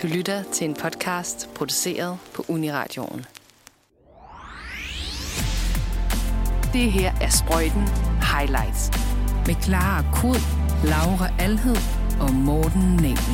Du lytter til en podcast produceret på Uniradioen. Det her er Sprøjten Highlights med Clara Kod, Laura Alhed og Morten Nægel.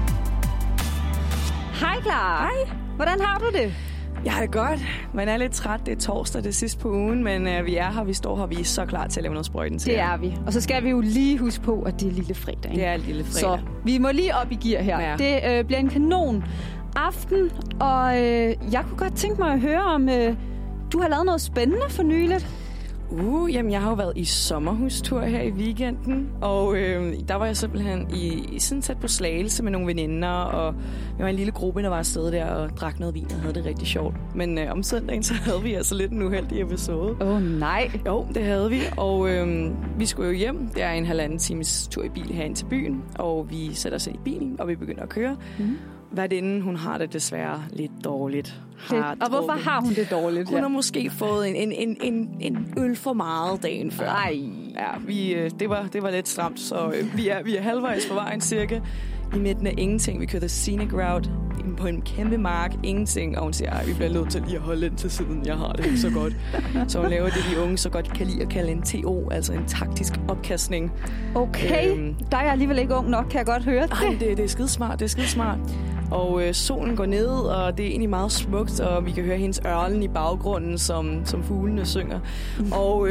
Hej Clara. Hej. Hvordan har du det? Jeg har det godt. Man er lidt træt. Det er torsdag, det er sidst på ugen, men vi er her, vi står her, vi er så klar til at lave noget sprøjten til. Det er vi. Og så skal vi jo lige huske på, at det er lille fredag. Ikke? Det er lille fredag. Så vi må lige op i gear her. Ja. Det bliver en kanon aften, og jeg kunne godt tænke mig at høre, om du har lavet noget spændende for nyligt. Jamen jeg har jo været i sommerhustur her i weekenden, og der var jeg simpelthen i sådan tæt på Slagelse med nogle veninder, og vi var en lille gruppe, der var afsted der og drak noget vin og havde det rigtig sjovt. Men om søndagen, så havde vi altså lidt en uheldig episode. Nej. Jo, det havde vi, og vi skulle jo hjem. Det er en 1,5 times tur i bil herind til byen, og vi sætter os ind i bilen, og vi begynder at køre. Værtinden, hun har det desværre lidt dårligt. Og hvorfor har hun det dårligt? Hun har måske fået en øl for meget dagen før. Nej. Ja, det var lidt stramt, så vi er halvvejs på vejen cirka. I midten af ingenting. Vi kører the scenic route på en kæmpe mark. Ingenting. Og hun siger, vi bliver nødt til lige at holde ind til siden. Jeg har det ikke så godt. Så hun laver det, de unge så godt kan lide at kalde en TO, altså en taktisk opkastning. Okay. Der er jeg alligevel ikke ung nok, kan jeg godt høre det. Nej, det er skidesmart. Det er skidesmart. Og solen går ned, og det er egentlig meget smukt, og vi kan høre hendes ørlen i baggrunden, som fuglene synger. Og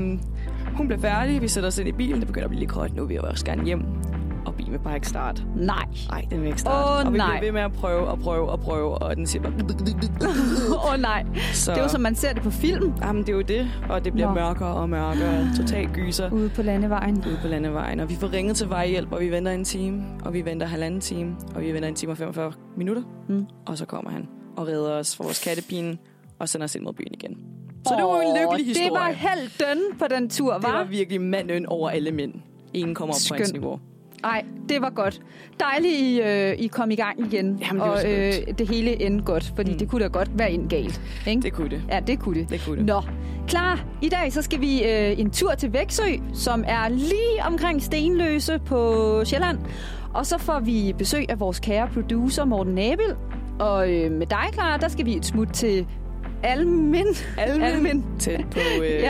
hun bliver færdig, vi sætter os ind i bilen, det begynder at blive lidt koldt nu, vi vil også gerne hjem. Og bilen vil bare ikke starte. Nej, den vil ikke starte. Og vi bliver ved med at prøve, og den siger bare... nej. Så... Det er jo som man ser det på film. Jamen, det er jo det, og det bliver mørkere og mørkere. Totalt gyser. Ude på landevejen. Og vi får ringet til vejhjælp, og vi venter en time, og vi venter 1,5 time, og vi venter 1 time og 45 minutter. Og så kommer han og redder os fra vores kattepine, og sender os ind mod byen igen. Så det var en lykkelig historie. Det var helten på den tur, var? Det var virkelig manden over alle mænd. Ingen kommer op på hans niveau. Ej, det var godt. Dejligt, I kom i gang igen. Jamen, og det hele endte godt, fordi det kunne da godt være en galt. Ikke? Det kunne det. Ja, det kunne det. Det kunne det. Nå, klar. I dag så skal vi en tur til Veksø, som er lige omkring Stenløse på Sjælland. Og så får vi besøg af vores kære producer, Morten Nægel. Og med dig, Clara, der skal vi et smut til Almen. Tæt på,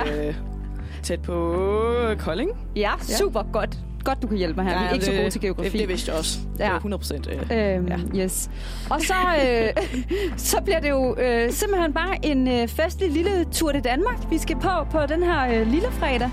tæt på Kolding. Ja, super godt. Godt, du kan hjælpe mig her. Vi er ikke så gode til geografi. Det vidste jeg også. Det var 100%. Yes. Og så, så bliver det jo simpelthen bare en festlig lille tur til Danmark, vi skal på den her lille fredag.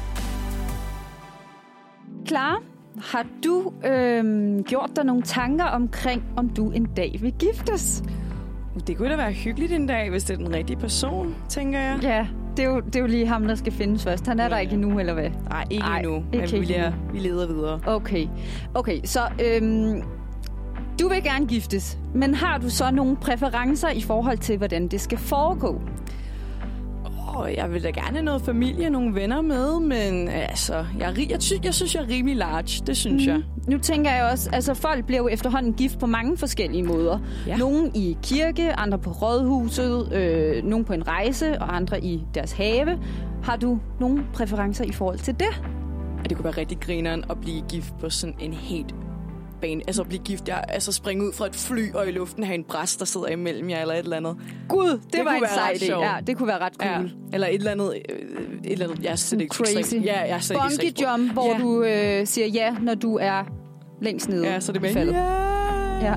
Clara, har du gjort dig nogle tanker omkring, om du en dag vil giftes? Det kunne da være hyggeligt en dag, hvis det er den rigtige person, tænker jeg. Ja, det er jo lige ham, der skal findes først. Han er der ikke endnu, eller hvad? Nej, ikke endnu. Vi leder videre. Okay, så du vil gerne giftes, men har du så nogle præferencer i forhold til, hvordan det skal foregå? Jeg vil da gerne have noget familie, nogle venner med, men altså, jeg synes, jeg er rimelig large. Det synes jeg. Nu tænker jeg også, altså folk bliver jo efterhånden gift på mange forskellige måder. Ja. Nogle i kirke, andre på rådhuset, nogle på en rejse, og andre i deres have. Har du nogle præferencer i forhold til det? Det kunne være rigtig grineren at blive gift på sådan en helt bane. Altså at blive gift, springe ud fra et fly og i luften have en bræst, der sidder imellem jer eller et eller andet. Gud, det var en sej idé. Ja, det kunne være ret cool. Ja. Eller et eller andet, jeg er slet ikke crazy. Ja, jeg er slet ikke bungee jump, hvor du siger ja, når du er længst nede. Ja, så det er med. Ja.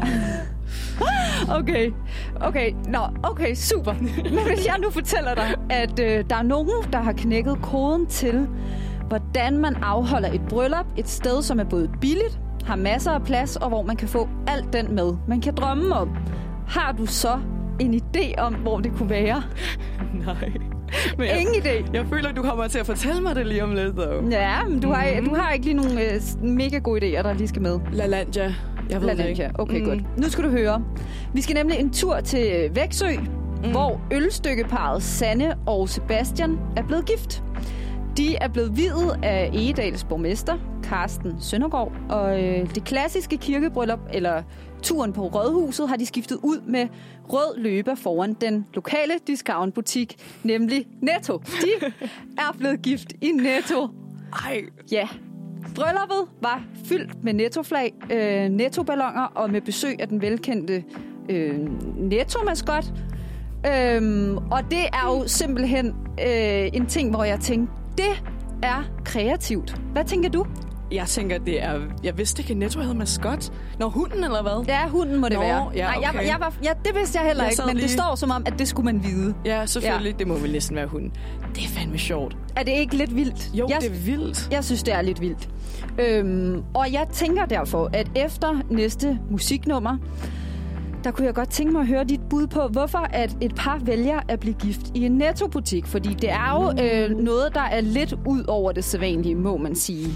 Okay, super. Men hvis jeg nu fortæller dig, at der er nogen, der har knækket koden til, hvordan man afholder et bryllup et sted, som er både billigt, har masser af plads, og hvor man kan få alt den med, man kan drømme om. Har du så en idé om, hvor det kunne være? Nej. Men ingen idé. Jeg føler, du kommer til at fortælle mig det lige om lidt, dog. Ja, men du har ikke lige nogle mega gode idéer, der lige skal med. LaLandia. Jeg ved det ikke. Okay, godt. Nu skal du høre. Vi skal nemlig en tur til Veksø, hvor ølstykkeparret Sanne og Sebastian er blevet gift. De er blevet viet af Egedals borgmester, Carsten Søndergaard, og det klassiske kirkebryllup, eller turen på Rådhuset, har de skiftet ud med rød løber foran den lokale discountbutik, nemlig Netto. De er blevet gift i Netto. Ej. Ja. Brylluppet var fyldt med Netto-flag, Netto-balloner og med besøg af den velkendte Netto-maskot. Og det er jo simpelthen en ting, hvor jeg tænkte, det er kreativt. Hvad tænker du? Jeg tænker, det er... Jeg vidste ikke, at Netto havde maskot. Når hunden, eller hvad? Ja, hunden må det være. Ja, okay. Nej, det vidste jeg heller ikke, men det står som om, at det skulle man vide. Ja, selvfølgelig. Ja. Det må vel næsten være hunden. Det er fandme sjovt. Er det ikke lidt vildt? Jo, det er vildt. Jeg synes, det er lidt vildt. Og jeg tænker derfor, at efter næste musiknummer, der kunne jeg godt tænke mig at høre dit bud på, hvorfor at et par vælger at blive gift i en Netto-butik. Fordi det er jo noget, der er lidt ud over det sædvanlige, må man sige.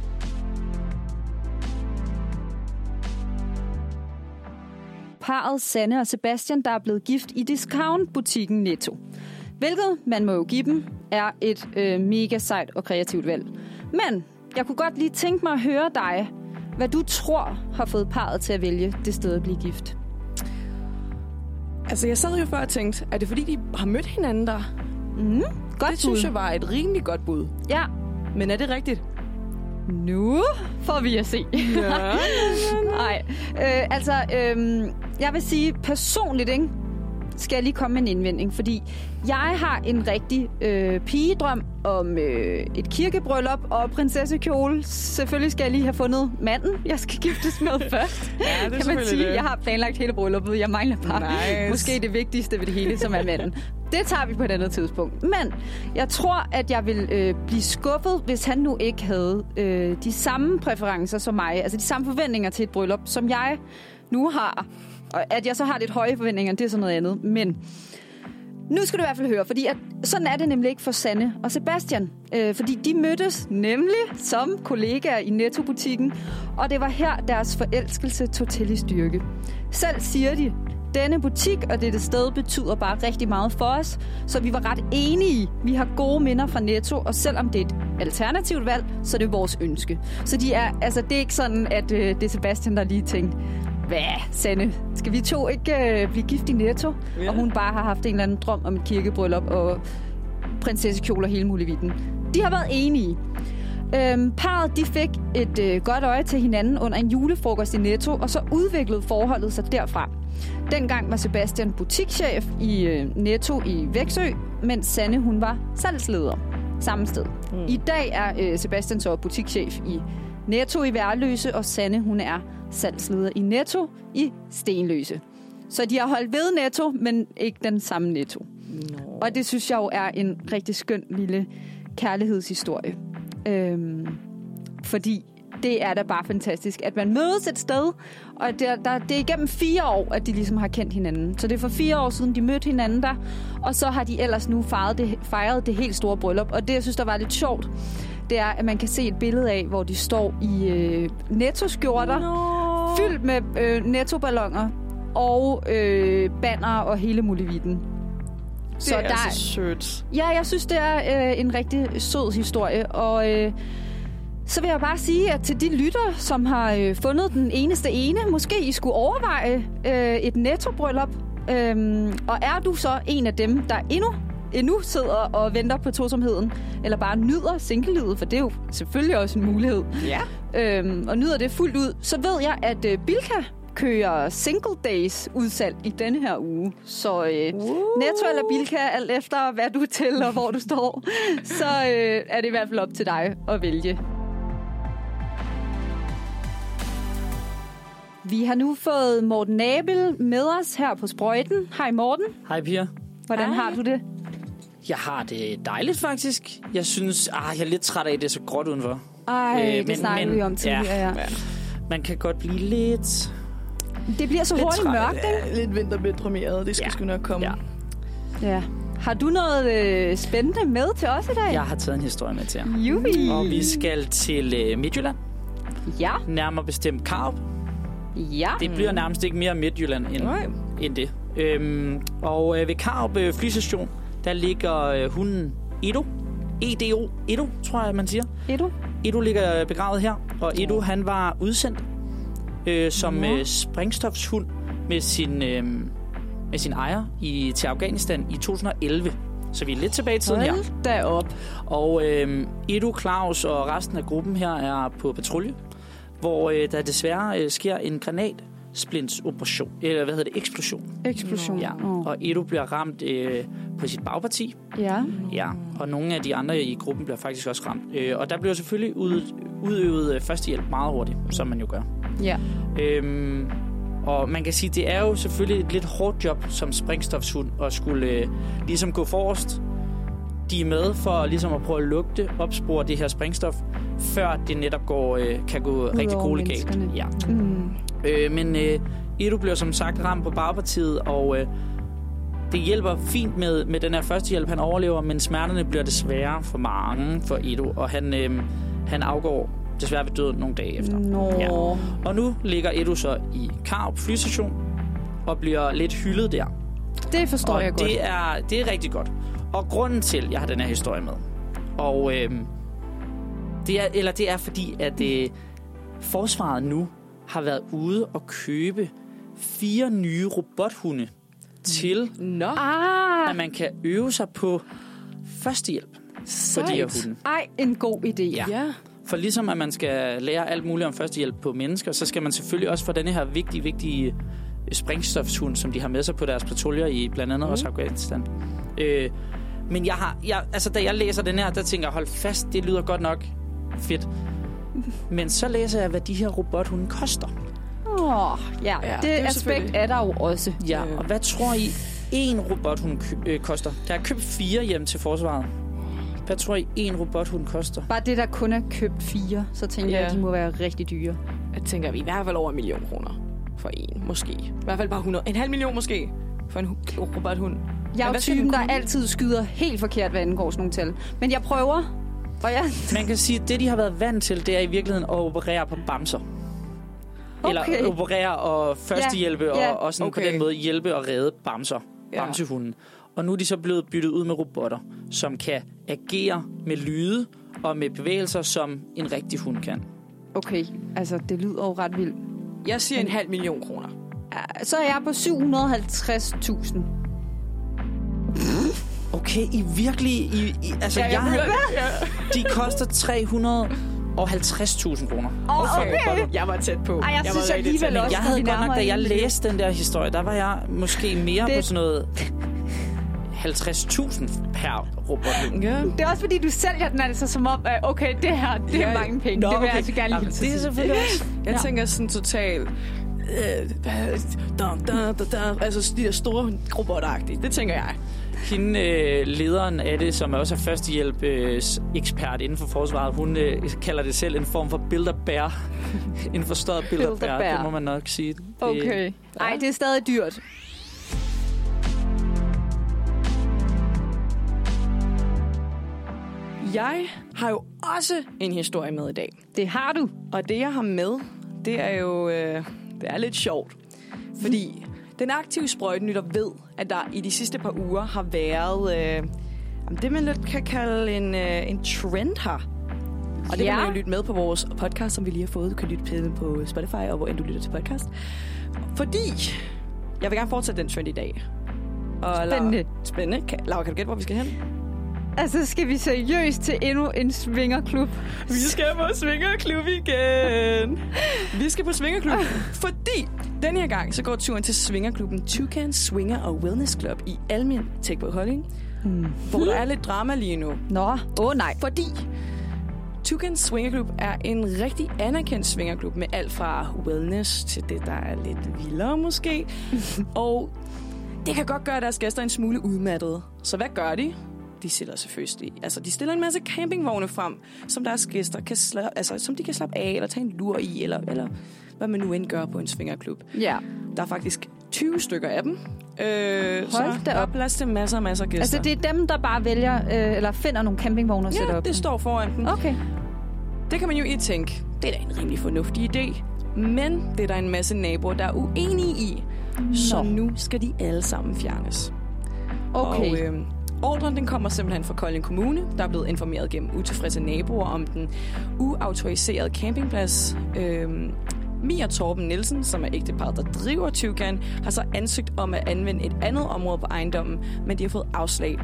Parret Sanne og Sebastian, der er blevet gift i discount-butikken Netto. Hvilket, man må jo give dem, er et mega sejt og kreativt valg. Men jeg kunne godt lige tænke mig at høre dig, hvad du tror har fået parret til at vælge det sted at blive gift. Altså, jeg sad jo før og tænkte, er det fordi, de har mødt hinanden der? Godt det synes jeg var et rimelig godt bud. Ja. Men er det rigtigt? Nu får vi at se. Ja. Nej. Jeg vil sige personligt, ikke? Skal jeg lige komme med en indvending, fordi jeg har en rigtig pigedrøm om et kirkebryllup og prinsessekjole. Selvfølgelig skal jeg lige have fundet manden, jeg skal giftes med først. Ja, det kan man sige. Det. Jeg har planlagt hele brylluppet. Jeg mangler bare måske det vigtigste ved det hele, som er manden. Det tager vi på et andet tidspunkt. Men jeg tror, at jeg vil blive skuffet, hvis han nu ikke havde de samme præferencer som mig. Altså de samme forventninger til et bryllup, som jeg nu har. Og at jeg så har lidt høje forventninger, det er sådan noget andet. Men nu skal du i hvert fald høre, fordi at sådan er det nemlig ikke for Sanne og Sebastian. Fordi de mødtes nemlig som kollegaer i Netto-butikken, og det var her deres forelskelse tog til i styrke. Selv siger de, denne butik og dette sted betyder bare rigtig meget for os, så vi var ret enige. Vi har gode minder fra Netto, og selvom det er et alternativt valg, så er det vores ønske. Så det er ikke sådan, at det er Sebastian, der lige tænkte, hvad, Sanne, skal vi to ikke blive gift i Netto? Ja. Og hun bare har haft en eller anden drøm om et kirkebryllup og prinsessekjoler hele muligheden. De har været enige. Parret de fik et godt øje til hinanden under en julefrokost i Netto, og så udviklede forholdet sig derfra. Dengang var Sebastian butikschef i Netto i Växjö, mens Sanne hun var salgsleder samme sted. I dag er Sebastian så butikschef i Netto i Værløse, og Sanne hun er salgsleder i Netto i Stenløse. Så de har holdt ved Netto, men ikke den samme Netto. No. Og det synes jeg jo er en rigtig skøn lille kærlighedshistorie. Fordi det er da bare fantastisk, at man mødes et sted, og det er igennem 4 år, at de ligesom har kendt hinanden. Så det er for 4 år siden, de mødte hinanden der, og så har de ellers nu fejret det helt store bryllup. Og det, jeg synes, der var lidt sjovt, det er, at man kan se et billede af, hvor de står i Netto-skjorter, fyldt med Netto-balloner og banner og hele muligheden. Så det er så sødt. Ja, jeg synes, det er en rigtig sød historie, og så vil jeg bare sige, at til de lytter, som har fundet den eneste ene, måske I skulle overveje et Netto-bryllup. Og er du så en af dem, der endnu sidder og venter på tosomheden, eller bare nyder singlelivet, for det er jo selvfølgelig også en mulighed, og nyder det fuldt ud, så ved jeg, at Bilka kører single days udsalg i denne her uge. Så Netto eller Bilka, alt efter hvad du er til og hvor du står, så er det i hvert fald op til dig at vælge. Vi har nu fået Morten Abel med os her på Sprøjten. Hej Morten. Hej Pia. Hvordan har du det? Jeg har det dejligt faktisk. Jeg synes, jeg er lidt træt af, det er så gråt udenfor. Det snakker vi om tidligere, ja. Man kan godt blive lidt... Det bliver så hurtigt mørkt, ikke? Lidt vinterbetremeret, det skal sgu nok komme. Ja. Har du noget spændende med til os i dag? Jeg har taget en historie med til jer. Jubi. Og vi skal til Midtjylland. Ja. Nærmere bestemt Karup. Ja. Det bliver nærmest ikke mere Midtjylland end det. Og ved Karup flystation, der ligger hunden Edo. Edo, tror jeg, man siger. Edo ligger begravet her. Og Edo, han var udsendt som sprængstofshund med sin ejer til Afghanistan i 2011. Så vi er lidt tilbage i tiden her. Hold da op. Og Edo, Claus og resten af gruppen her er på patrulje, hvor der desværre sker en granatsplints-operation. Eller eksplosion. Eksplosion. Ja. Og Edo bliver ramt på sit bagparti. Ja. Ja, og nogle af de andre i gruppen bliver faktisk også ramt. Og der bliver selvfølgelig udøvet førstehjælp meget hurtigt, som man jo gør. Ja. Og man kan sige, det er jo selvfølgelig et lidt hårdt job som sprængstofshund at skulle ligesom gå forrest. De er med for ligesom at prøve at lugte, opspore det her sprængstof, før det netop kan gå rigtig grueligt galt. Ja. Men Edo bliver som sagt ramt på bagpartiet, og det hjælper fint med den her førstehjælp. Han overlever, men smerterne bliver desværre for mange for Edo, og han afgår desværre ved døden nogle dage efter. Ja. Og nu ligger Edo så i Karup flystation og bliver lidt hyldet der. Det forstår jeg godt. Det er rigtig godt. Og grunden til, at jeg har den her historie med, og det er fordi, at forsvaret nu har været ude og købe 4 nye robothunde til, at man kan øve sig på førstehjælp for de her hunde. Ej, en god idé. Ja. For ligesom at man skal lære alt muligt om førstehjælp på mennesker, så skal man selvfølgelig også få denne her vigtige sprængstofshund, som de har med sig på deres patruljer i blandt andet også Afghanistan. Men da jeg læser den her, der tænker jeg, hold fast, det lyder godt nok fedt. Men så læser jeg, hvad de her robothunde koster. Ja, det aspekt er der jo også. Ja, og hvad tror I, en robothund koster? Der er købt 4 hjem til forsvaret. Hvad tror I, en robothund koster? Bare det, der kun er købt 4, så tænker jeg, at de må være rigtig dyre. Jeg tænker, at vi i hvert fald over 1 million kroner for en, måske. I hvert fald bare 100. 500.000 måske for en robothund. Jeg er jo typen, der altid skyder helt forkert, hvad angår sådan nogle tal. Men jeg prøver. Man kan sige, at det, de har været vant til, det er i virkeligheden at operere på bamser. Eller operere og førstehjælpe og sådan på den måde hjælpe og redde bamsehunden. Og nu er de så blevet byttet ud med robotter, som kan agere med lyde og med bevægelser, som en rigtig hund kan. Okay, altså det lyder jo ret vildt. Jeg siger 500.000 kroner. Så er jeg på 750.000. Okay, I virkelig... de koster 350.000 kroner. Okay. Jeg var tæt på. Jeg synes alligevel også, jeg havde godt nok, da jeg læste den der historie, der var jeg måske mere på sådan noget 50.000 per robothund. Ja. Det er også fordi, du sælger den altså som om, okay, det her, det er mange penge. Det vil jeg altså gerne lige det er selvfølgelig også. Jeg tænker sådan totalt... altså de der store robotagtige. Det tænker jeg. Hende, lederen af det, som også er førstehjælp-ekspert inden for forsvaret, hun kalder det selv en form for build-a-bear. En forstået build-a-bear, det må man nok sige. Okay. Ej, det er stadig dyrt. Jeg har jo også en historie med i dag. Det har du. Og det, jeg har med, det er jo det er lidt sjovt. Fordi den aktive sprøjtenytter ved, at der i de sidste par uger har været det, man lidt kan kalde en trend her. Og det kan man jo lytte med på vores podcast, som vi lige har fået. Du kan lytte på Spotify, og hvor end du lytter til podcast. Fordi jeg vil gerne fortsætte den trend i dag. Og Spændende. Laura, kan du gætte, hvor vi skal hen? Altså, skal vi seriøst til endnu en svingerklub? Vi skal på svingerklub igen. Vi skal på svingerklub, fordi den her gang så går turen til svingerklubben Toucan Swinger og Wellness Club i Almen Tech på Kolding. Hvor der er lidt drama lige nu. Nej. Fordi Toucan Swingerklub er en rigtig anerkendt svingerklub med alt fra wellness til det, der er lidt vildere måske. Og det kan godt gøre deres gæster en smule udmattede. Så hvad gør de? De stiller en masse campingvogne frem, som deres gæster kan som de kan slappe af, eller tage en lur i, eller hvad man nu end gør på en svingerklub. Ja. Der er faktisk 20 stykker af dem. Hold da op. Plads til masser af gæster. Altså det er dem, der bare vælger, eller finder nogle campingvogne og sætter op? Ja, det står foran dem. Okay. Det kan man jo ikke tænke, det er da en rimelig fornuftig idé. Men det er der en masse naboer, der er uenige i. Så nu skal de alle sammen fjernes. Okay. Og ordren den kommer simpelthen fra Kolding Kommune, der er blevet informeret gennem utilfredse naboer om den uautoriserede campingplads. Mia Torben Nielsen, som er ægteparret, der driver Toucan, har så ansøgt om at anvende et andet område på ejendommen, men de har fået afslag.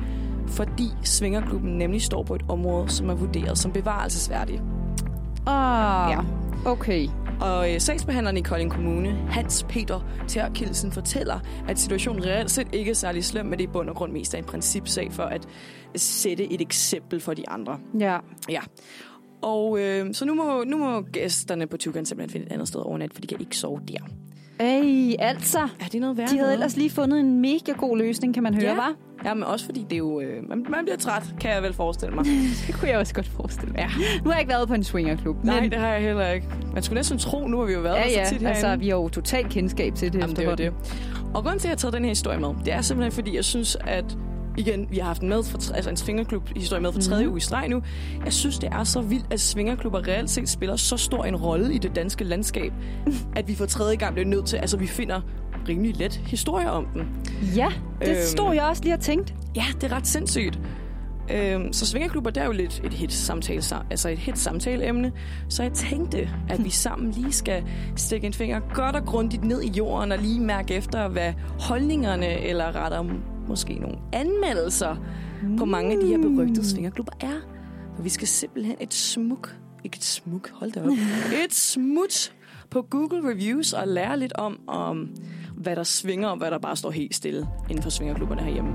fordi svingerklubben nemlig står på et område, som er vurderet som bevarelsesværdigt. Ja. Okay. Og sagsbehandleren i Kolding Kommune, Hans Peter Terkelsen, fortæller, at situationen reelt set ikke er særlig slem, men det er i bund og grund mest af en principsag for at sætte et eksempel for de andre. Ja. Og så nu må gæsterne på Tukan simpelthen finde et andet sted overnat, for de kan ikke sove der. Altså. Er det noget værd? De havde ellers lige fundet en mega god løsning, kan man høre, hva'? Ja, men også fordi det er jo... man bliver træt, kan jeg vel forestille mig. Det kunne jeg også godt forestille mig. Ja. Nu har jeg ikke været på en swingerklub. Nej, det har jeg heller ikke. Man skulle næsten tro, nu har vi jo været der så tit herinde. Altså, vi har jo totalt kendskab til det. Jamen, det er det. Og grunden til, at jeg har taget den her historie med, det er simpelthen, fordi jeg synes, at... Igen, vi har haft en swingerklub-historie med for tredje uge i streg nu. Jeg synes, det er så vildt, at swingerklubber reelt set spiller så stor en rolle i det danske landskab, at vi for tredje gang bliver nødt til... Altså, vi finder rimelig let historier om den. Ja, det stod jeg også lige og tænkt. Ja, det er ret sindssygt. Så swingerklubber, det er jo lidt et hit samtaleemne. Så jeg tænkte, at vi sammen lige skal stikke en finger godt og grundigt ned i jorden og lige mærke efter, hvad holdningerne eller rettere måske nogle anmeldelser på mange af de her berygtede swingerklubber er. For vi skal simpelthen et smut på Google Reviews og lære lidt om hvad der svinger og hvad der bare står helt stille inden for swingerklubberne herhjemme.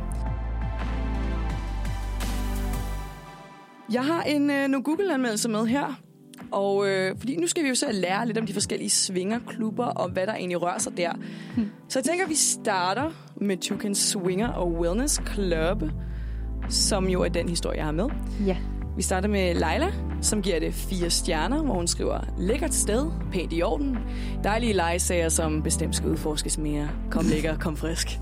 Jeg har nogle Google-anmeldelser med her, og fordi nu skal vi jo så lære lidt om de forskellige swingerklubber og hvad der egentlig rører sig der. Så jeg tænker, at vi starter med Tukan Swinger og Wellness Club, som jo er den historie, jeg har med. Ja. Vi starter med Leila, som giver det 4 stjerner, hvor hun skriver, lækkert sted, pænt i orden, dejlige legesager, som bestemt skal udforskes mere. Kom lækker, kom frisk.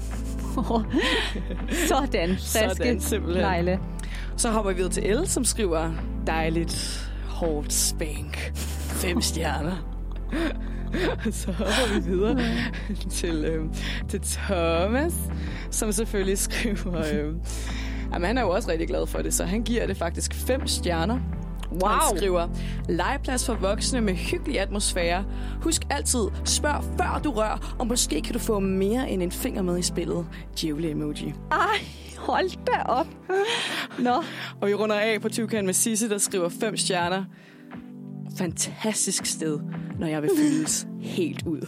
Sådan, friske Leila. Så hopper vi videre til Elle, som skriver, dejligt, hårdt spank, 5 stjerner. Så hopper vi videre til Thomas, som selvfølgelig skriver... Jamen, han er jo også rigtig glad for det, så han giver det faktisk 5 stjerner. Wow. Han skriver, legeplads for voksne med hyggelig atmosfære. Husk altid, spørg før du rør, og måske kan du få mere end en finger med i spillet. Djævle-emoji. Ej, hold da op. Nå. Og vi runder af på Tukan med Sisse, der skriver 5 stjerner. Fantastisk sted, når jeg vil føles helt ud.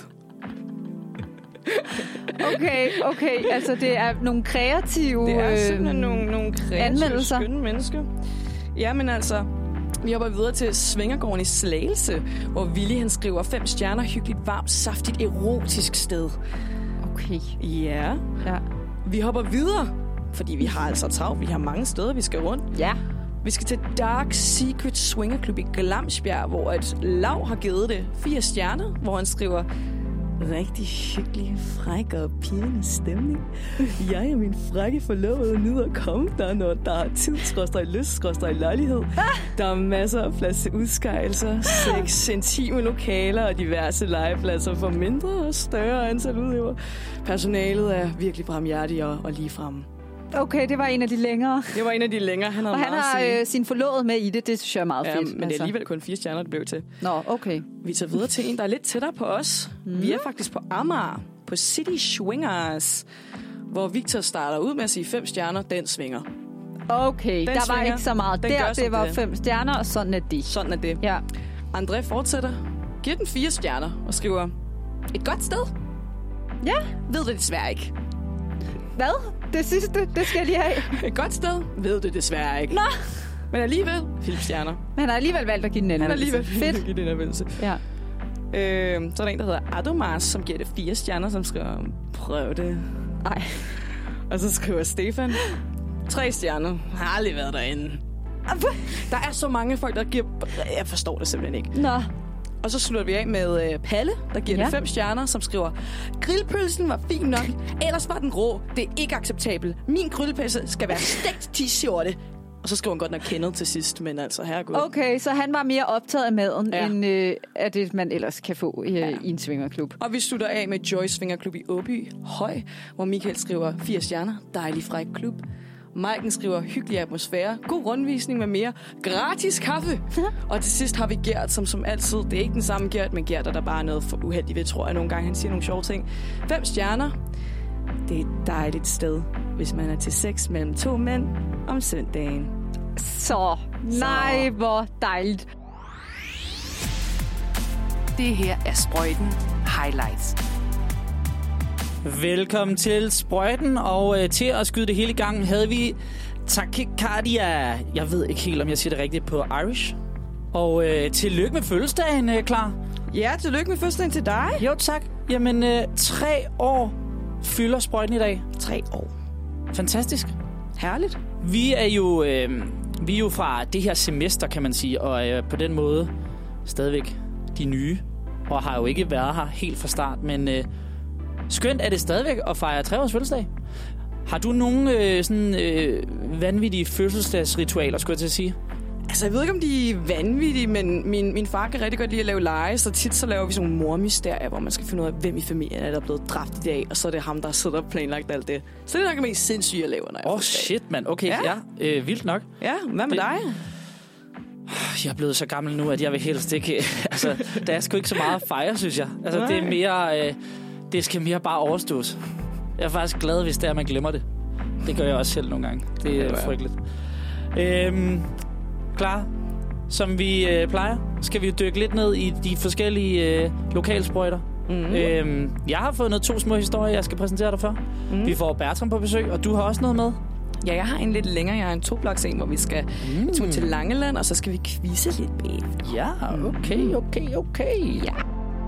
Okay. Altså, det er nogle kreative det er simpelthen nogle kreative, anmeldelser. Skønne mennesker. Ja, men altså, vi hopper videre til Svingergården i Slagelse, hvor Willy, han skriver 5 stjerner, hyggeligt, varmt, saftigt, erotisk sted. Okay. Ja. Vi hopper videre, fordi vi har altså travlt. Vi har mange steder, vi skal rundt. Ja. Vi skal til Dark Secret Swingerklub i Glamsbjerg, hvor et Lav har givet det 4 stjerner, hvor han skriver... Rigtig hyggelig, fræk og pirrende stemning. Jeg og min frække forlovede nyder at komme der, når der er tid-lyst-lejlighed. Der er masser af plads til udskejelser, 6 intime lokaler og diverse legepladser for mindre og større antal udøvere. Personalet er virkelig barmhjertige og ligefremme. Okay, det var en af de længere. Det var en af de længere. Han har sin forlovede med i det. Det synes jeg er meget fedt. Men det er alligevel kun 4 stjerner, det blev til. Nå, okay. Vi tager videre til en, der er lidt tættere på os. Vi er faktisk på Amager, på City Swingers, hvor Victor starter ud med at sige 5 stjerner, den svinger. Okay, den der svinger, var ikke så meget der. Det var 5 stjerner, og sådan er det. Sådan er det. Ja. André fortsætter, giver den 4 stjerner og skriver, et godt sted? Ja. Ved det desværre ikke. Hvad? Det sidste, det skal jeg lige have. Et godt sted? Ved det desværre ikke. Nå. Men alligevel 4 stjerner. Men han har alligevel valgt at give den anmeldelse. Fedt. Give den anmeldelse. Ja. Så er der en, der hedder Adomars, som giver det 4 stjerner, som skriver, prøv det. Ej. Og så skriver Stefan, 3 stjerner. Har aldrig været derinde. Der er så mange folk, der giver... Jeg forstår det simpelthen ikke. Nå. Og så slutter vi af med Palle, der giver det 5 stjerner, som skriver, grillpølsen var fin nok, ellers var den rå. Det er ikke acceptabelt. Min grillpølse skal være stegt 10 sorte. Og så skriver han godt nok kendet til sidst, men altså herregud. Okay, så han var mere optaget af maden, end af det, man ellers kan få i en swingerklub. Og vi slutter af med Joy Swingerklub i Åby Høj, hvor Michael skriver 4 stjerner, dejlig fræk klub. Maiken skriver, hyggelig atmosfære, god rundvisning med mere, gratis kaffe. Og til sidst har vi Gert, som altid, det er ikke den samme Gert, men Gert, der bare er noget for uheldigt ved, tror jeg nogle gange, han siger nogle sjove ting. 5 stjerner, det er et dejligt sted, hvis man er til sex mellem 2 mænd om søndagen. Så nej, hvor dejligt. Det her er Sprøjten Highlights. Velkommen til Sprøjten, og til at skyde det hele i gang havde vi Takikardia. Jeg ved ikke helt, om jeg siger det rigtigt på Irish. Og tillykke med fødselsdagen, klar. Ja, tillykke med fødselsdagen til dig. Jo, tak. Jamen, 3 år fylder Sprøjten i dag. 3 år. Fantastisk. Herligt. Vi er jo fra det her semester, kan man sige, og er på den måde stadigvæk de nye, og har jo ikke været her helt fra start, men skønt er det stadigvæk at fejre 3 års fødselsdag. Har du nogle vanvittige fødselsdagsritualer, skulle jeg til at sige? Altså, jeg ved ikke, om de er vanvittige, men min far kan rigtig godt lide at lave lege, så tit så laver vi sådan nogle mormysterier, hvor man skal finde ud af, hvem i familien er der blevet dræbt i dag, og så er det ham, der sidder og planlagt alt det. Så det er nok det mest sindssyge, jeg laver, når jeg shit, mand. Okay, ja. Vildt nok. Ja, hvad med dig? Jeg er blevet så gammel nu, at jeg vil helst ikke... altså, der er sgu ikke så meget at fejre, synes jeg. Altså, det er mere... det skal mere bare overstås. Jeg er faktisk glad, hvis det er, at man glemmer det. Det gør jeg også selv nogle gange. Det er frygteligt. Klar, som vi plejer, skal vi dykke lidt ned i de forskellige lokalsprøjter. Mm-hmm. Jeg har fået 2 små historier, jeg skal præsentere dig for. Mm-hmm. Vi får Bertram på besøg, og du har også noget med. Ja, jeg har en lidt længere. Jeg har en 2-bloks en, hvor vi skal tur til Langeland, og så skal vi quizze lidt bagefter. Ja, okay. Ja.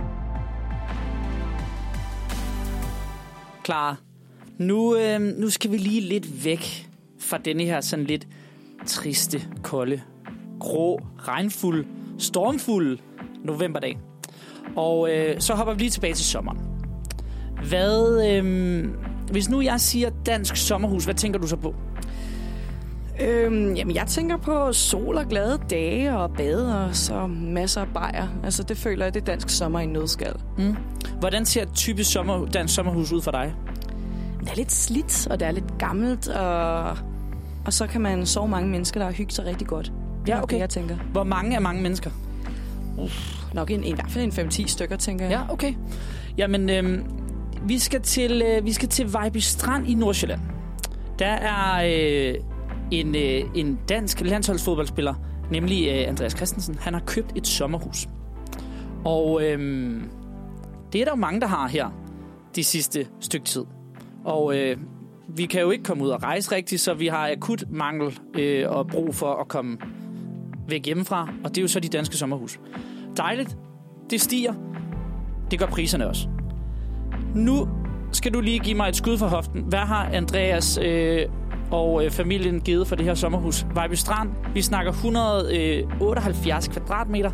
Klar. Nu skal vi lige lidt væk fra denne her sådan lidt triste, kolde, grå, regnfuld, stormfuld novemberdag. Og så hopper vi lige tilbage til sommeren. Hvis nu jeg siger dansk sommerhus, hvad tænker du så på? Jamen, jeg tænker på sol og glade dage og bade og så masser af bajer. Altså, det føler jeg, det er dansk sommer i en nødskal. Hvordan ser et typisk dansk sommerhus ud for dig? Det er lidt slidt, og det er lidt gammelt, og så kan man sove mange mennesker, der har hygget sig rigtig godt. Ja, okay. Det, jeg tænker. Hvor mange er mange mennesker? Nok i hvert fald en 5-10 stykker, tænker jeg. Ja, okay. Jamen, vi skal til Vejby Strand i Nordsjælland. Der er en dansk landsholdsfodboldspiller, nemlig Andreas Christensen. Han har købt et sommerhus. Og det er der jo mange, der har her de sidste stykke tid. Og vi kan jo ikke komme ud og rejse rigtigt, så vi har akut mangel og brug for at komme væk hjemmefra. Og det er jo så de danske sommerhus. Dejligt. Det stiger. Det gør priserne også. Nu skal du lige give mig et skud for hoften. Hvad har Andreas og familien givet for det her sommerhus? Vejby Strand. Vi snakker 178 kvadratmeter.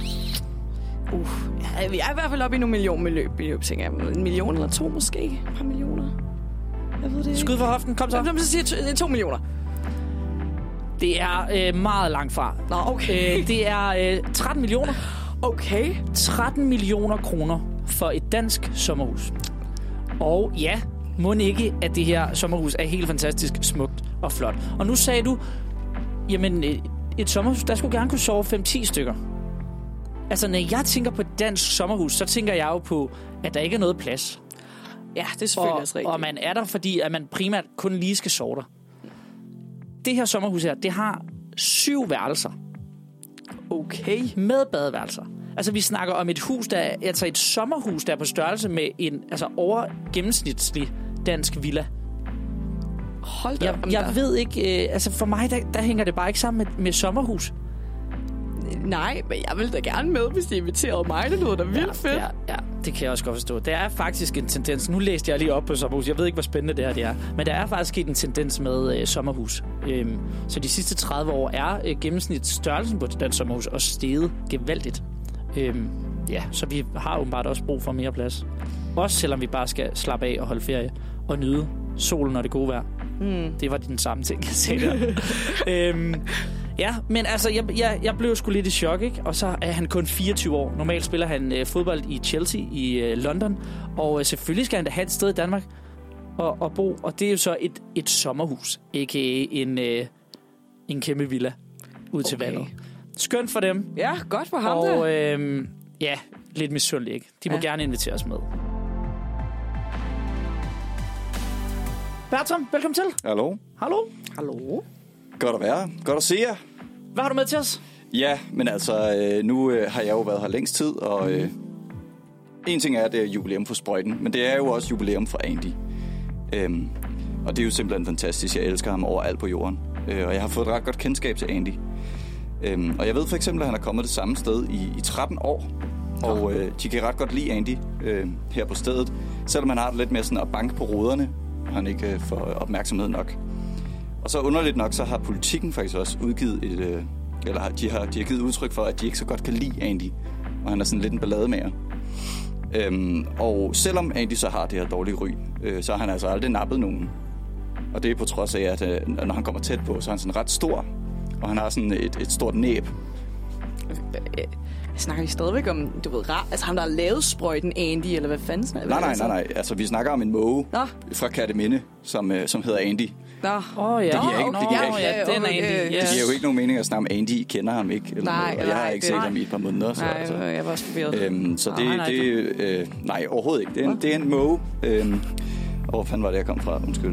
Ja, vi er i hvert fald oppe i nogle millionbeløb, tænker jeg. 1 million eller 2 måske? Et par millioner? Jeg ved det ikke. Skud for hoften, kom så. Så siger jeg 2 millioner. Det er meget langt fra. Nå, okay. Det er 13 millioner. Okay. 13 millioner kroner for et dansk sommerhus. Og ja, må ikke, at det her sommerhus er helt fantastisk smukt og flot. Og nu sagde du, jamen et sommerhus, der skulle gerne kunne sove 5-10 stykker. Altså, når jeg tænker på et dansk sommerhus, så tænker jeg jo på, at der ikke er noget plads. Ja, det er selvfølgelig også rigtigt. Og man er der, fordi at man primært kun lige skal sove der. Det her sommerhus her, det har 7 værelser. Okay. Med badeværelser. Altså, vi snakker om et hus, et sommerhus, der er på størrelse med en over gennemsnitslig dansk villa. Hold da. Jeg ved ikke, altså for mig, der hænger det bare ikke sammen med sommerhus. Nej, men jeg vil da gerne med, hvis de inviterede mig. Det lyder da vildt fedt. Ja, det kan jeg også godt forstå. Der er faktisk en tendens. Nu læste jeg lige op på sommerhus. Jeg ved ikke, hvor spændende det her er. Men der er faktisk en tendens med sommerhus. Så de sidste 30 år er gennemsnitsstørrelsen på et dansk sommerhus også steget gevaldigt. Så vi har åbenbart også brug for mere plads. Også selvom vi bare skal slappe af og holde ferie og nyde solen og det gode vejr. Det var den samme ting, jeg sagde der. Ja, men altså, jeg blev sgu lidt i chok, ikke? Og så er han kun 24 år. Normalt spiller han fodbold i Chelsea i London. Og selvfølgelig skal han da have et sted i Danmark at bo. Og det er jo så et sommerhus, a.k.a. en kæmpe villa ud til vandet. Skønt for dem. Ja, godt for ham og, ja, lidt misundelig, ikke? De må gerne invitere os med. Bertram, velkommen til. Hallo. Hallo. Godt at være. Godt at se jer. Hvad har du med til os? Ja, men altså, nu har jeg jo været her længst tid, og en ting er, at det er jubilæum for Sprøjten, men det er jo også jubilæum for Andy. Og det er jo simpelthen fantastisk. Jeg elsker ham overalt på jorden. Og jeg har fået et ret godt kendskab til Andy. Og jeg ved for eksempel, at han er kommet det samme sted i 13 år. Og de kan ret godt lide Andy her på stedet. Selvom han har det lidt mere sådan at banke på ruderne, han ikke får opmærksomhed nok. Og så underligt nok, så har Politikken faktisk også udgivet de har givet udtryk for, at de ikke så godt kan lide Andy. Og han er sådan lidt en ballademager. Og selvom Andy så har det her dårlige ry, så har han altså aldrig nappet nogen. Og det er på trods af, at når han kommer tæt på, så er han sådan ret stor. Og han har sådan et stort næb. Snakker vi stadigvæk om, du ved, altså ham, der har lavet Sprøjten, Andy, eller hvad fanden? Nej. Altså, vi snakker om en måge fra Kerteminde, som hedder Andy. Nå. Ja. Det Den er Andy. Det giver jo ikke nogen mening at snakke om Andy. I kender ham ikke. Eller nej, noget, og jeg har ikke set ham i et par måneder. Så, nej, jeg var også forvirret. Så nej, overhovedet ikke. Det er en måge. Hvor fanden var det, jeg kom fra? Undskyld.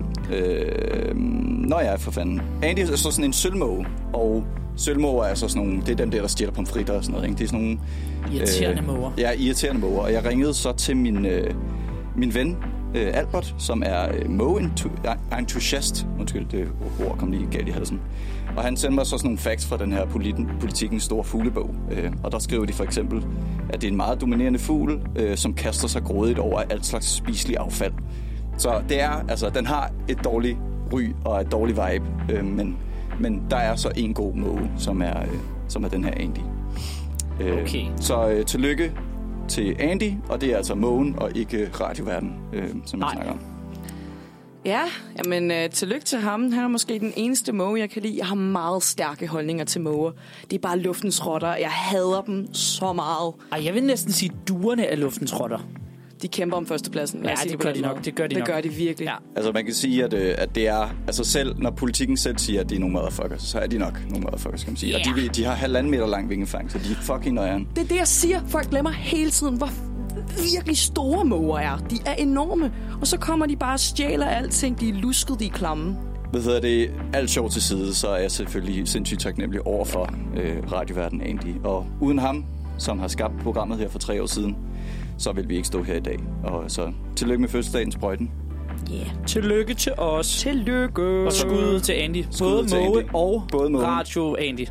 For fanden. Andy er så sådan en sølvmåge, og sølvmåger er så sådan nogle, det er dem der stjæler pomfritter og sådan noget, ikke? Det er sådan nogle irriterende måger. Ja, irriterende måger. Og jeg ringede så til min ven Albert, som er måge-entusiast. Undskyld, det ord kom lige galt i halsen. Og han sendte mig så sådan nogle facts fra den her Politikens store fuglebog. Og der skriver de for eksempel, at det er en meget dominerende fugl, som kaster sig grådigt over alt slags spiselig affald. Så det er, altså, den har et dårligt ry og et dårligt vibe, men der er så en god måge, som er den her Andy. Okay. Så tillykke til Andy, og det er altså mågen og ikke radioverden, som jeg snakker om. Ja, men tillykke til ham. Han er måske den eneste måge, jeg kan lide. Jeg har meget stærke holdninger til måger. Det er bare luftens rotter. Jeg hader dem så meget. Jeg vil næsten sige, duerne er luftens rotter. De kæmper om førstepladsen. Ja, det gør de nok. Det gør de virkelig. Ja. Altså, man kan sige, at det er... Altså, selv når Politikken selv siger, at de er nogle motherfuckers, så er de nok nogle motherfuckers, kan man sige. Yeah. Og de har 1,5 meter lang vingefang, så de er fucking nøjeren. Det er det, jeg siger. Folk glemmer hele tiden, hvor virkelig store måger er. De er enorme. Og så kommer de bare og stjæler alting. De er lusket, de er klamme. Det alt sjovt til side, så er jeg selvfølgelig sindssygt taknemmelig over for radioverden Andy. Og uden ham, som har skabt programmet her for 3 år siden, så vil vi ikke stå her i dag. Og så tillykke med fødselsdagen, Sprøjten. Yeah. Tillykke til os. Tillykke. Og skud til Andy. Både måge og radio Andy.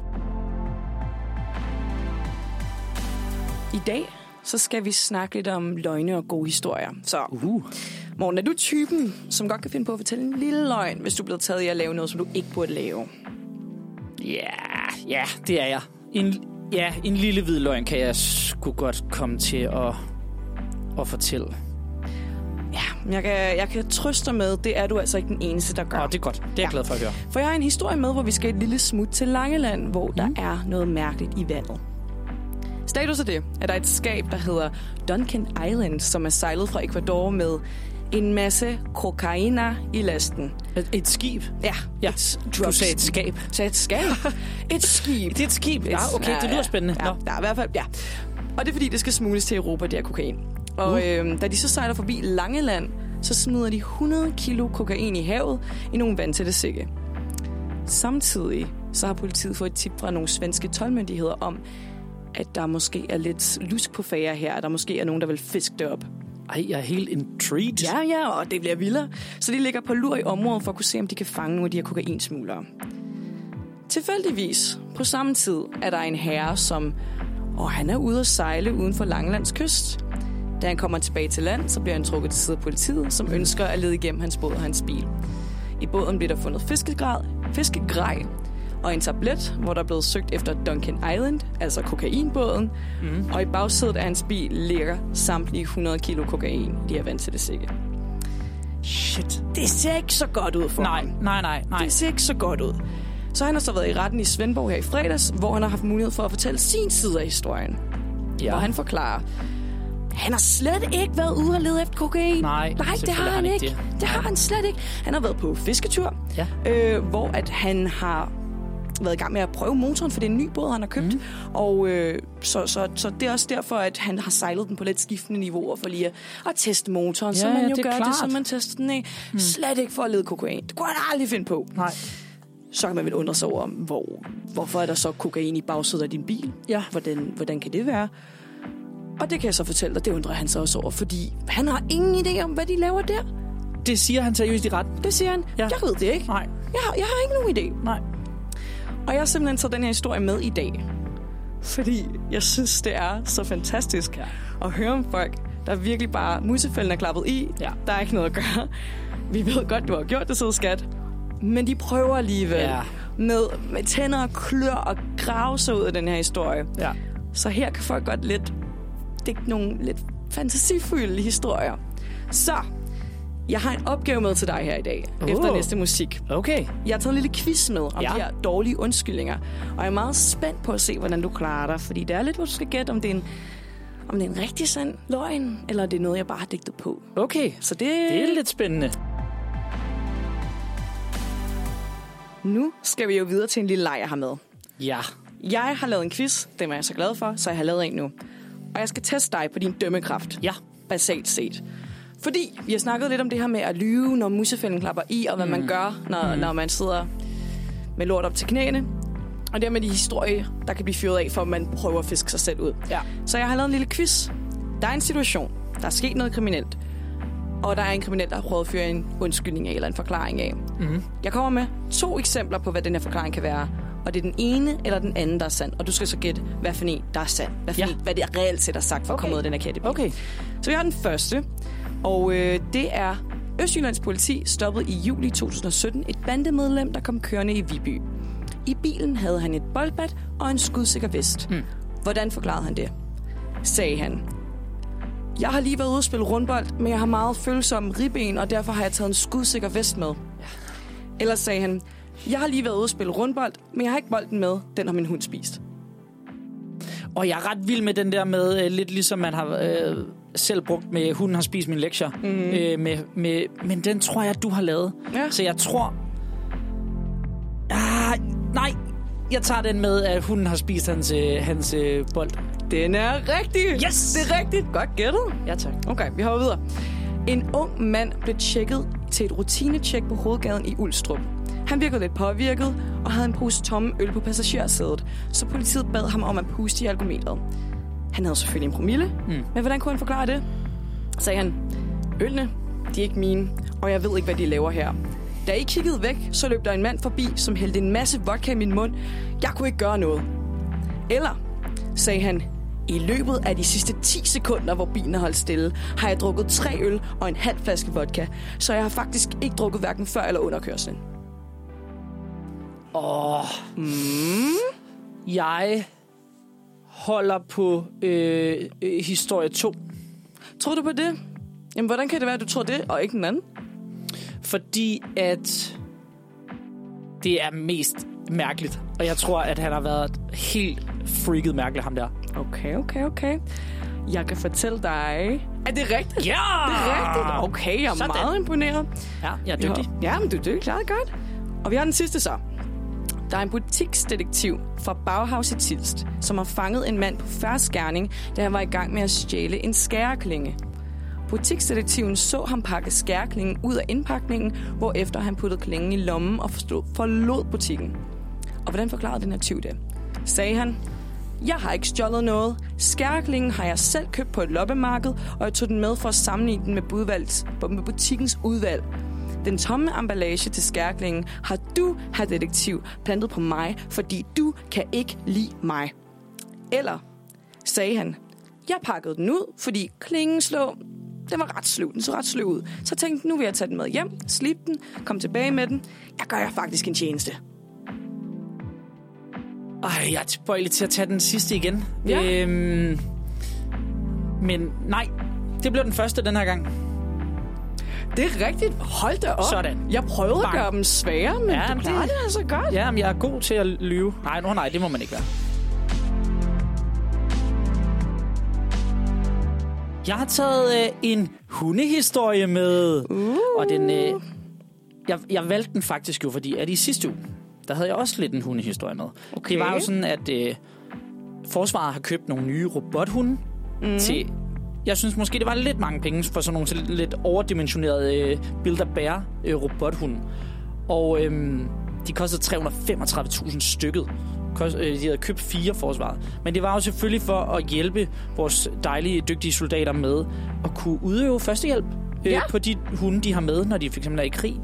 I dag så skal vi snakke lidt om løgne og gode historier. Så Morten, er du typen, som godt kan finde på at fortælle en lille løgn, hvis du er blevet taget i at lave noget, som du ikke burde lave? Ja, det er jeg. En lille hvid løgn kan jeg sgu godt komme til at fortælle. Ja, jeg kan trøste dig med, det er du altså ikke den eneste, der gør. Det er godt. Det er jeg glad for at høre. For jeg har en historie med, hvor vi skal et lille smut til Langeland, hvor der er noget mærkeligt i vandet. Status er det, at der er et skab, der hedder Duncan Island, som er sejlet fra Ecuador med en masse kokainer i lasten. Et skib? Ja. Du sagde et skab. Et skab? Et skib. Det er et skib? Ja, okay, det lyder spændende. Ja, i hvert fald, ja. Og det er fordi, det skal smugles til Europa, det her kokain. Og da de så sejler forbi Langeland, så smider de 100 kilo kokain i havet i nogle vandtætte sække. Samtidig så har politiet fået et tip fra nogle svenske toldmyndigheder om, at der måske er lidt lusk på færre her, at der måske er nogen, der vil fiske det op. Ej, jeg er helt intrigued. Ja, og det bliver vildere. Så de ligger på lur i området for at kunne se, om de kan fange nogle af de her kokainsmuglere. Tilfældigvis, på samme tid, er der en herre, som han er ude at sejle uden for Langelands kyst. Da han kommer tilbage til land, så bliver han trukket til side af politiet, som ønsker at lede igennem hans båd og hans bil. I båden bliver der fundet fiskegrej og en tablet, hvor der er blevet søgt efter Duncan Island, altså kokainbåden. Og i bagsædet af hans bil ligger samtlige 100 kilo kokain, de her vandtætte sække. Shit. Det ser ikke så godt ud for ham. Nej. Det ser ikke så godt ud. Så han har så været i retten i Svendborg her i fredags, hvor han har haft mulighed for at fortælle sin side af historien. Ja. Hvor han forklarer, han har slet ikke været ude og lede efter kokain. Nej, det har han ikke. Det har han slet ikke. Han har været på fisketur, hvor at han har været i gang med at prøve motoren, for det er en ny båd, han har købt. Og så det er også derfor, at han har sejlet den på lidt skiftende niveauer, for lige at teste motoren, så man jo gør det, som man tester den af. Slet ikke for at lede kokain. Det kunne han aldrig finde på. Nej. Så kan man vel undre sig over, hvorfor er der så kokain i bagsædet af din bil? Ja. Hvordan kan det være? Og det kan jeg så fortælle dig, det undrer han sig også over, fordi han har ingen idé om, hvad de laver der. Det siger han seriøst i ret. Det siger han. Ja. Jeg ved det ikke. Nej. Jeg har ikke nogen idé. Nej. Og jeg har simpelthen taget den her historie med i dag, fordi jeg synes, det er så fantastisk at høre om folk, der virkelig bare musefælden er klappet i. Ja. Der er ikke noget at gøre. Vi ved godt, du har gjort det, søde skat. Men de prøver alligevel med tænder og klør og grave sig ud af den her historie. Ja. Så her kan folk godt digte nogle lidt fantasifulde historier. Så jeg har en opgave med til dig her i dag, efter næste musik. Okay. Jeg har taget en lille quiz med om de her dårlige undskyldninger. Og jeg er meget spændt på at se, hvordan du klarer dig. Fordi det er lidt, hvor du skal gætte, om det er en rigtig sand løgn, eller det er noget, jeg bare har digtet på. Okay, så det er lidt spændende. Nu skal vi jo videre til en lille leg, jeg har med. Ja. Jeg har lavet en quiz, det er jeg så glad for, så jeg har lavet en nu. Og jeg skal teste dig på din dømmekraft. Ja. Basalt set. Fordi vi har snakket lidt om det her med at lyve, når musefælden klapper i, og hvad man gør, når man sidder med lort op til knæene. Og det med de historier, der kan blive fyret af, for at man prøver at fiske sig selv ud. Ja. Så jeg har lavet en lille quiz. Der er en situation, der er sket noget kriminelt, og der er en kriminel, der har prøvet at fyre en undskyldning af, eller en forklaring af. Jeg kommer med 2 eksempler på, hvad den her forklaring kan være. Og det er den ene eller den anden, der er sand. Og du skal så gætte, hvad for en, der er sand. Hvad det reelt set er sagt for at komme ud af den her kategori. Okay. Så vi har den første. Og det er Østjyllands politi stoppede i juli 2017 et bandemedlem, der kom kørende i Viby. I bilen havde han et boldbat og en skudsikker vest. Hvordan forklarede han det? Sagde han: jeg har lige været ude at spille rundbold, men jeg har meget følsomme ribben, og derfor har jeg taget en skudsikker vest med. Eller sagde han: jeg har lige været ude at spille rundbold, men jeg har ikke bolden med. Den har min hund spist. Og jeg er ret vild med den der med, lidt ligesom man har selv brugt med, hunden har spist mine lektier. Men den tror jeg, du har lavet. Ja. Så jeg tror... nej, jeg tager den med, at hunden har spist hans bold. Den er rigtig. Yes! Det er rigtigt. Godt gættet. Ja, tak. Okay, vi hopper videre. En ung mand blev tjekket til et rutinetjek på hovedgaden i Ulstrup. Han virkede lidt påvirket og havde en pose tomme øl på passagersædet, så politiet bad ham om at puste i alkometeret. Han havde selvfølgelig en promille, men hvordan kunne han forklare det? Sagde han: ølene, de er ikke mine, og jeg ved ikke, hvad de laver her. Da I kiggede væk, så løb der en mand forbi, som hældte en masse vodka i min mund. Jeg kunne ikke gøre noget. Eller sagde han: i løbet af de sidste 10 sekunder, hvor bilen har holdt stille, har jeg drukket 3 øl og en halv flaske vodka, så jeg har faktisk ikke drukket hverken før eller under kørslen. Jeg holder på historie 2. Tror du på det? Jamen, hvordan kan det være, at du tror det, og ikke den anden? Fordi at det er mest mærkeligt. Og jeg tror, at han har været helt freaket mærkelig, ham der. Okay. Jeg kan fortælle dig... Er det rigtigt? Ja! Det er rigtigt. Okay, jeg er meget imponeret. Ja, jeg er dygtig. Ja, men du er dygtig. Klaret godt. Og vi har den sidste så. Der er en butiksdetektiv fra Bauhaus i Tilst, som har fanget en mand på fersk gerning, da han var i gang med at stjæle en skæreklinge. Butiksdetektiven så ham pakke skæreklingen ud af indpakningen, hvorefter han puttede klingen i lommen og forlod butikken. Og hvordan forklarede den her tyv det? Sagde han: jeg har ikke stjålet noget. Skæreklingen har jeg selv købt på et loppemarked, og jeg tog den med for at sammenligne den med butikkens udvalg. Den tomme emballage til skæreklingen har du, herr detektiv, plantet på mig, fordi du kan ikke lide mig. Eller sagde han: jeg pakkede den ud, fordi klingen den var ret sløv. Den så ret sløv ud. Så tænkte nu vil jeg tage den med hjem, slippe den, komme tilbage med den. Jeg gør faktisk en tjeneste. Jeg er tilbøjelig til at tage den sidste igen. Ja. Men nej, det blev den første den her gang. Det er rigtigt. Hold da op. Sådan. Jeg prøvede at gøre dem svære, men du klarer det altså godt. Ja, men jeg er god til at lyve. Nej, det må man ikke være. Jeg har taget en hundehistorie med. Og den... Jeg valgte den faktisk jo, fordi at i sidste uge, der havde jeg også lidt en hundehistorie med. Okay. Det var jo sådan, at forsvaret har købt nogle nye robothunde til... Jeg synes måske, det var lidt mange penge for sådan nogle lidt overdimensionerede Build-A-Bear robothunde. Og de kostede 335.000 stykket. De havde købt 4 forsvaret. Men det var jo selvfølgelig for at hjælpe vores dejlige, dygtige soldater med at kunne udøve førstehjælp på de hunde, de har med, når de for eksempel er i krig.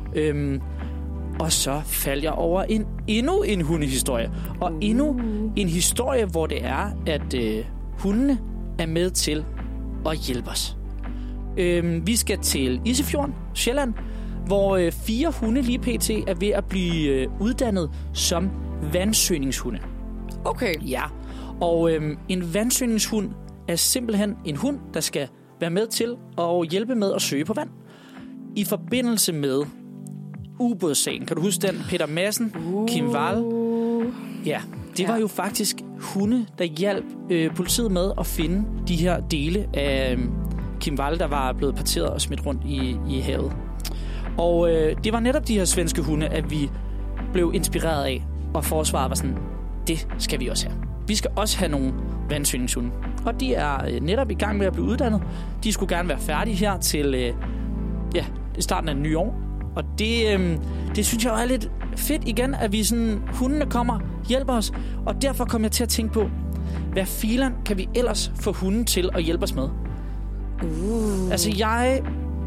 Og så faldt jeg over endnu en hundehistorie. Og endnu en historie, hvor det er, at hundene er med til at hjælpe os. Vi skal til Isefjorden, Sjælland, hvor 4 hunde lige pt. Er ved at blive uddannet som vandsøgningshunde. Okay. Ja, og en vandsøgningshund er simpelthen en hund, der skal være med til at hjælpe med at søge på vand. I forbindelse med ubådssagen. Kan du huske den? Peter Madsen, Kim Wall. Ja, det var jo faktisk hunde, der hjalp politiet med at finde de her dele af Kim Wall, der var blevet parteret og smidt rundt i havet. Og det var netop de her svenske hunde, at vi blev inspireret af, og forsvaret var sådan, det skal vi også have. Vi skal også have nogle vandsøgningshunde. Og de er netop i gang med at blive uddannet. De skulle gerne være færdige her til starten af det nye år. Og det synes jeg er lidt fedt igen, at vi sådan, hundene kommer, hjælper os. Og derfor kom jeg til at tænke på, hvad filen kan vi ellers få hunden til at hjælpe os med? Altså jeg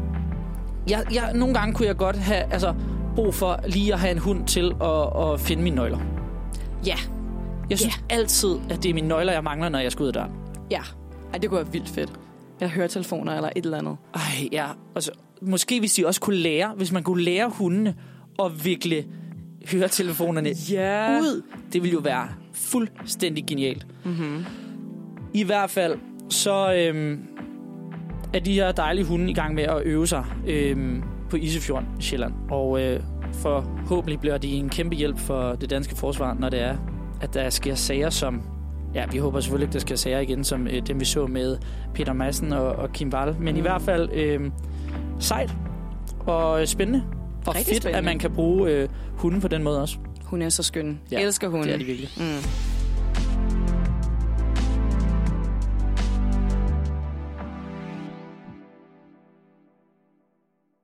nogle gange kunne jeg godt have brug for lige at have en hund til at finde mine nøgler. Ja. Jeg synes altid, at det er mine nøgler, jeg mangler, når jeg skal ud af døren. Ja. Ej, det kunne være vildt fedt. Eller høretelefoner eller et eller andet. Ej, ja. Altså, måske hvis de også kunne lære, hvis man kunne lære hundene at vikle høretelefonerne ud. Det ville jo være fuldstændig genialt. Mm-hmm. I hvert fald, så er de her dejlige hunde i gang med at øve sig på Isefjorden i Sjælland. Og forhåbentlig bliver de en kæmpe hjælp for det danske forsvar, når det er, at der sker sager som... Ja, vi håber selvfølgelig ikke, der sker sager igen, som dem vi så med Peter Madsen og Kim Wall. Men i hvert fald sejt og spændende. Og rigtig fedt, spændende. At man kan bruge hunden på den måde også. Hun er så skøn. Jeg elsker hunden. Det er de virkelig.